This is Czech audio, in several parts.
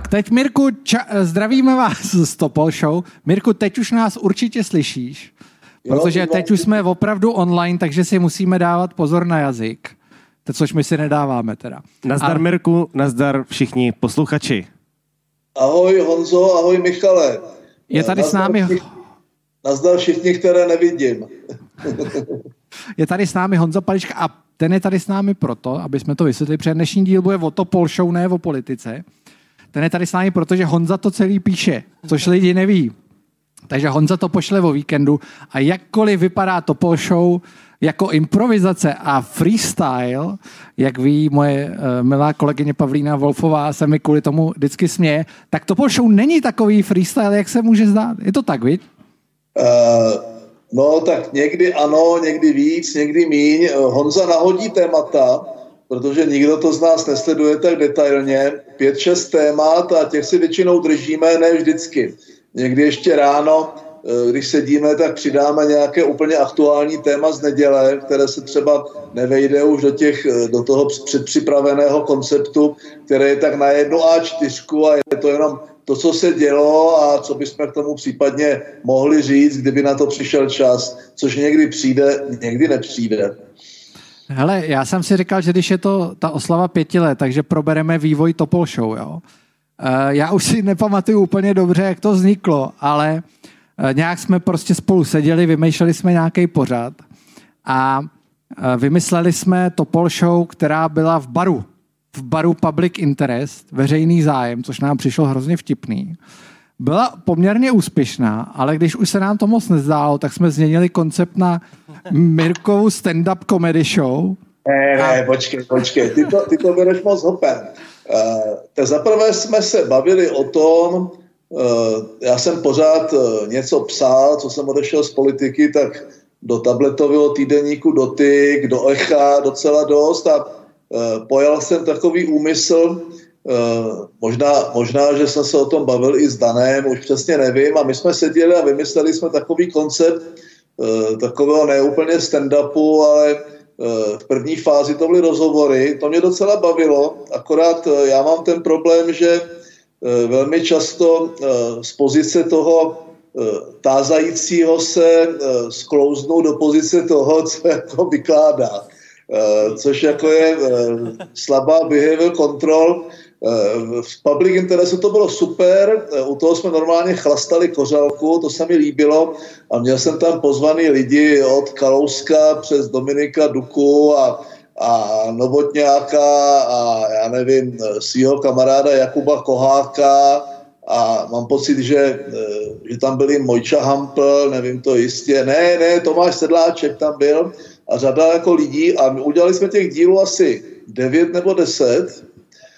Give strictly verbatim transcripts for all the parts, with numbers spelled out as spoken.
Tak, teď Mirku, ča- zdravíme vás z Topol Show. Mirku, teď už nás určitě slyšíš, protože teď už jsme opravdu online, takže si musíme dávat pozor na jazyk. To, což my si nedáváme teda. Nazdar A... Mirku, nazdar všichni posluchači. Ahoj Honzo, ahoj Michale. Je tady nazdar s námi... Všichni, nazdar všichni, které nevidím. Je tady s námi Honza Palička a ten je tady s námi proto, aby jsme to vysvětlili, protože dnešní díl bude o Topol Show, ne o politice. Ten je tady s námi, protože Honza to celý píše, což lidi neví. Takže Honza to pošle o víkendu a jakkoliv vypadá Topol Show jako improvizace a freestyle, jak ví moje uh, milá kolegyně Pavlína Wolfová se mi kvůli tomu vždycky směje, tak Topol Show není takový freestyle, jak se může zdát. Je to tak, viď? Uh, no tak někdy ano, někdy víc, někdy míň. Honza nahodí témata, protože nikdo to z nás nesleduje tak detailně. Pět, šest témat a těch si většinou držíme, ne vždycky. Někdy ještě ráno, když sedíme, tak přidáme nějaké úplně aktuální téma z neděle, které se třeba nevejde už do, těch, do toho předpřipraveného konceptu, které je tak na jednu á čtyři a je to jenom to, co se dělo a co bychom k tomu případně mohli říct, kdyby na to přišel čas, což někdy přijde, někdy nepřijde. Hele, já jsem si říkal, že když je to ta oslava pěti let, takže probereme vývoj Topol Show, jo. Uh, já už si nepamatuju úplně dobře, jak to vzniklo, ale uh, nějak jsme prostě spolu seděli, vymýšleli jsme nějaký pořad a uh, vymysleli jsme Topol Show, která byla v baru. V baru Public Interest, veřejný zájem, což nám přišlo hrozně vtipný. Byla poměrně úspěšná, ale když už se nám to moc nezdálo, tak jsme změnili koncept na Mirkovu stand-up comedy show. Ne, ne, počkej, počkej, ty to, ty to bereš moc hopem. Uh, tak zaprvé jsme se bavili o tom, uh, já jsem pořád uh, něco psal, co jsem odešel z politiky, tak do tabletového týdeníku Dotyk, do Echa docela dost a uh, pojal jsem takový úmysl, Uh, možná, možná, že jsem se o tom bavil i s Danem, už přesně nevím, a my jsme seděli a vymysleli jsme takový koncept uh, takového neúplně stand-upu, ale uh, v první fázi to byly rozhovory, to mě docela bavilo, akorát uh, já mám ten problém, že uh, velmi často uh, z pozice toho uh, tázajícího se uh, sklouznu do pozice toho, co jako vykládá, uh, což jako je uh, slabá behavior control. V Public Interesu to bylo super, u toho jsme normálně chlastali kořálku, to se mi líbilo a měl jsem tam pozvaný lidi od Kalouska přes Dominika Duku a, a Novotňáka a já nevím, svýho kamaráda Jakuba Koháka a mám pocit, že, že tam byli Mojča Hampl, nevím to jistě, ne, ne, Tomáš Sedláček tam byl a řada jako lidí a my udělali jsme těch dílů asi devět nebo deset.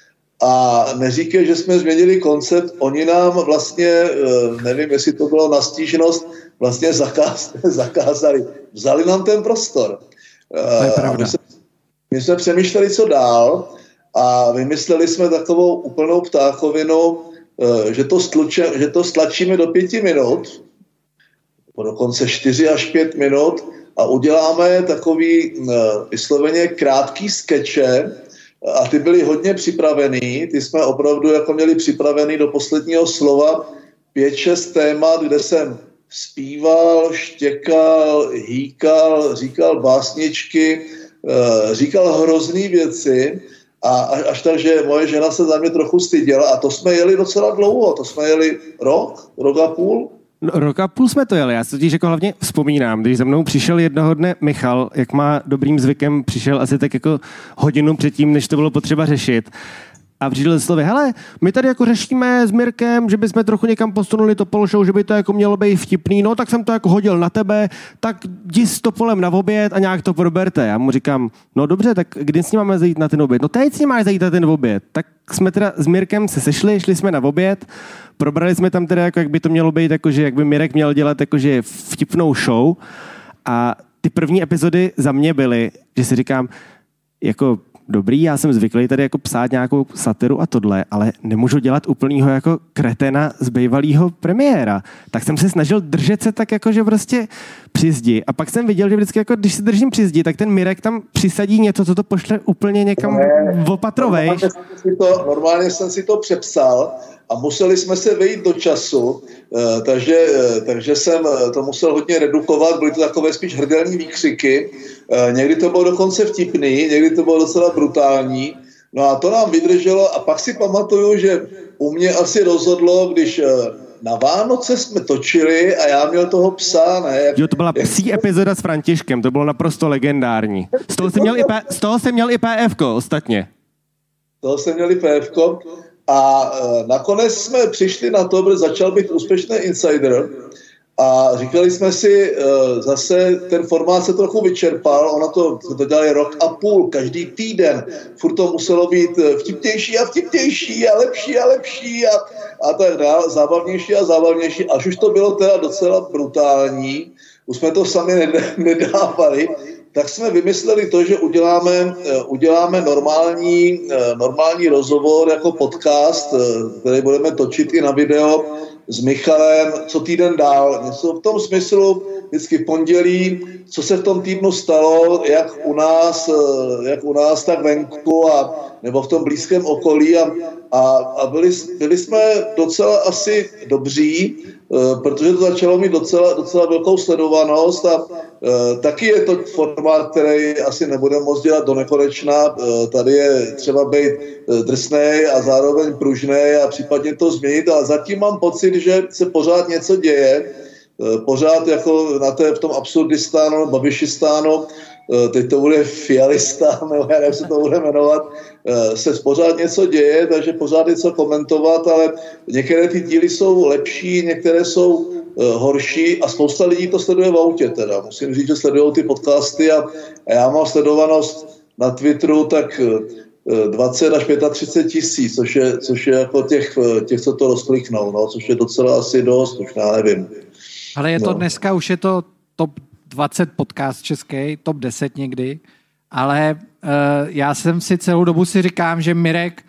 A neříkej, že jsme změnili koncept, oni nám vlastně, nevím, jestli to bylo na stížnost, vlastně zakáz, zakázali. Vzali nám ten prostor. To je pravda. My jsme, my jsme přemýšleli, co dál a vymysleli jsme takovou úplnou ptákovinu, že to, stluče, že to stlačíme do pěti minut, dokonce čtyři až pět minut a uděláme takový vysloveně krátký skeče, a ty byly hodně připravený, ty jsme opravdu jako měli připravený do posledního slova pět, šest témat, kde jsem zpíval, štěkal, hýkal, říkal básničky, říkal hrozný věci a až tak, že moje žena se za mě trochu styděla a to jsme jeli docela dlouho, to jsme jeli rok, rok a půl. No, rok a půl jsme to jeli, já si totiž jako hlavně vzpomínám, když za mnou přišel jednoho dne Michal, jak má dobrým zvykem, přišel asi tak jako hodinu předtím, než to bylo potřeba řešit. A přišel slovy, hele, my tady jako řešíme s Mirkem, že bychom trochu někam posunuli Topol Show, že by to jako mělo být vtipný, no tak jsem to jako hodil na tebe, tak jdi s Topolem na oběd a nějak to proberte. Já mu říkám, no dobře, tak kdy s ním máme zajít na ten oběd? No teď s ním máš zajít na ten oběd. Tak jsme teda s Mirkem se sešli, šli jsme na oběd, probrali jsme tam teda, jako, jak by to mělo být, jakože, jak by Mirek měl dělat jakože vtipnou show a ty první epizody za mě byly, že si říkám, jako dobrý, já jsem zvyklý tady jako psát nějakou satiru a tohle, ale nemůžu dělat úplnýho jako kretena z bývalýho premiéra. Tak jsem se snažil držet se tak jako, že prostě při zdi. A pak jsem viděl, že vždycky jako, když se držím při zdi, tak ten Mirek tam přisadí něco, co to pošle úplně někam opatrovej. Normálně, normálně jsem si to přepsal a museli jsme se vejít do času, takže, takže jsem to musel hodně redukovat, byly to takové spíš hrdelní výkřiky, někdy to bylo dokonce vtipný, někdy to bylo docela brutální, no a to nám vydrželo a pak si pamatuju, že u mě asi rozhodlo, když na Vánoce jsme točili a já měl toho psa, ne? Jak, jo, to byla psí epizoda s Františkem, to bylo naprosto legendární. Z toho jsem měl i, P, z toho jsem měl i PFko ostatně. Z toho jsem měl i PFko a e, nakonec jsme přišli na to, protože začal být úspěšný insider a říkali jsme si, e, zase ten formát se trochu vyčerpal, ono to, to dělali rok a půl, každý týden, furt to muselo být vtipnější a vtipnější a lepší a lepší a, a tak dále, zábavnější a zábavnější, až už to bylo teda docela brutální, už jsme to sami nedávali, tak jsme vymysleli to, že uděláme, uděláme normální, normální rozhovor jako podcast, který budeme točit i na video s Michalem, co týden dál. Něco v tom smyslu, vždycky v pondělí, co se v tom týdnu stalo, jak u nás, jak u nás tak venku a nebo v tom blízkém okolí a, a, a byli, byli jsme docela asi dobří, protože to začalo mít docela, docela velkou sledovanost a e, taky je to formát, který asi nebudeme moc dělat do nekonečna. E, tady je třeba být drsnej a zároveň pružnej a případně to změnit, ale zatím mám pocit, že se pořád něco děje, e, pořád jako na té, v tom absurdistánu, babišistánu, e, teď to bude fialistán, nebo já nevím, jak se to bude jmenovat, se pořád něco děje, takže pořád něco komentovat, ale některé ty díly jsou lepší, některé jsou uh, horší a spousta lidí to sleduje v autě teda. Musím říct, že sledují ty podcasty a, a já mám sledovanost na Twitteru tak uh, dvacet až třicet pět tisíc, což je, což je jako těch, těch, co to rozkliknou, no, což je docela asi dost, už já nevím. Ale je to no. Dneska už je to top dvacet podcast český, top deset někdy, ale uh, já jsem si celou dobu si říkám, že Mirek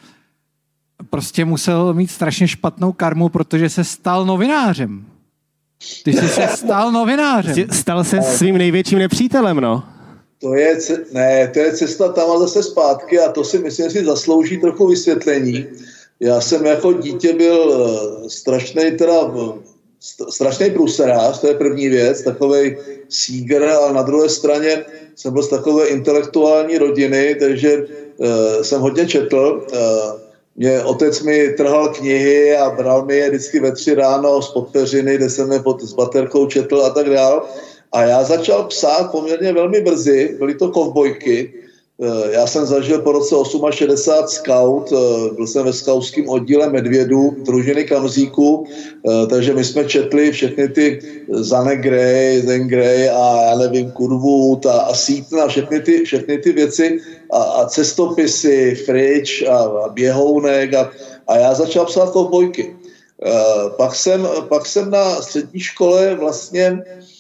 prostě musel mít strašně špatnou karmu, protože se stal novinářem. Ty jsi se stal novinářem. Stal se svým největším nepřítelem, no. To je, ne, to je cesta tam a zase zpátky a to si myslím, že si zaslouží trochu vysvětlení. Já jsem jako dítě byl strašnej teda strašnej průserář, to je první věc, takovej síger, ale na druhé straně jsem byl z takové intelektuální rodiny, takže uh, jsem hodně četl. Uh, mě otec mi trhal knihy a bral mi je vždycky ve tři ráno z podpeřiny, kde jsem je pod, s baterkou četl a tak dál. A já začal psát poměrně velmi brzy, byly to kovbojky. Já jsem zažil po roce šedesát osm scout, byl jsem ve skautském oddíle medvědů, družiny kamzíků, takže my jsme četli všechny ty Zane Grey, Zane Grey a já nevím, Kurwood a, a Seaton a všechny ty, všechny ty věci a, a cestopisy, Fridge a, a Běhounek a, a já začal psát kovbojky. Pak jsem, pak jsem na střední škole vlastně,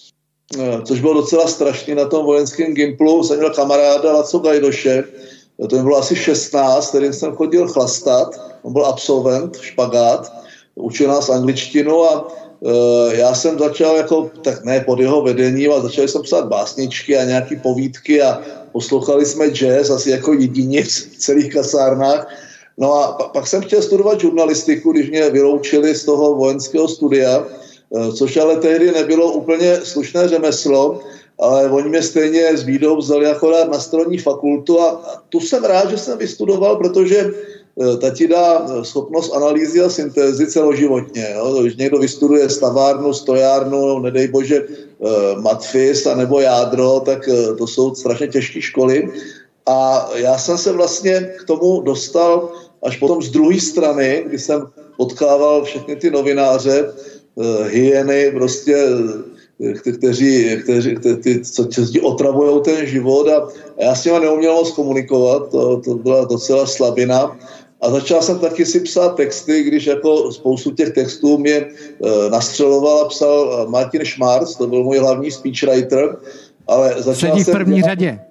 což bylo docela strašný na tom vojenském gimplu, jsem měl kamaráda Laco Gajdoše, to mi bylo asi šestnáct, kterým jsem chodil chlastat, on byl absolvent, špagát, učil nás angličtinu a e, já jsem začal jako, tak ne pod jeho vedením, ale začal jsem psát básničky a nějaký povídky a poslouchali jsme jazz asi jako jediní v celých kasárnách. No a pak jsem chtěl studovat žurnalistiku, když mě vyloučili z toho vojenského studia, což ale tehdy nebylo úplně slušné řemeslo, ale oni mě stejně s bídou vzali akorát na strojní fakultu a tu jsem rád, že jsem vystudoval, protože ta ti dá schopnost analýzy a syntézy celoživotně. Jo? Když někdo vystuduje stavárnu, stojárnu, nedej bože matfis a nebo jádro, tak to jsou strašně těžké školy. A já jsem se vlastně k tomu dostal až potom z druhé strany, kdy jsem potkával všechny ty novináře, hyeny, prostě, kteří, kteří, kteří co ti otravujou ten život a já s nimi neuměl moc komunikovat, to, to byla docela slabina. A začal jsem taky si psát texty, když jako spoustu těch textů mě e, nastřeloval a psal Martin Schmarz, to byl můj hlavní speechwriter, ale začal Sedí v jsem první dělat, řadě.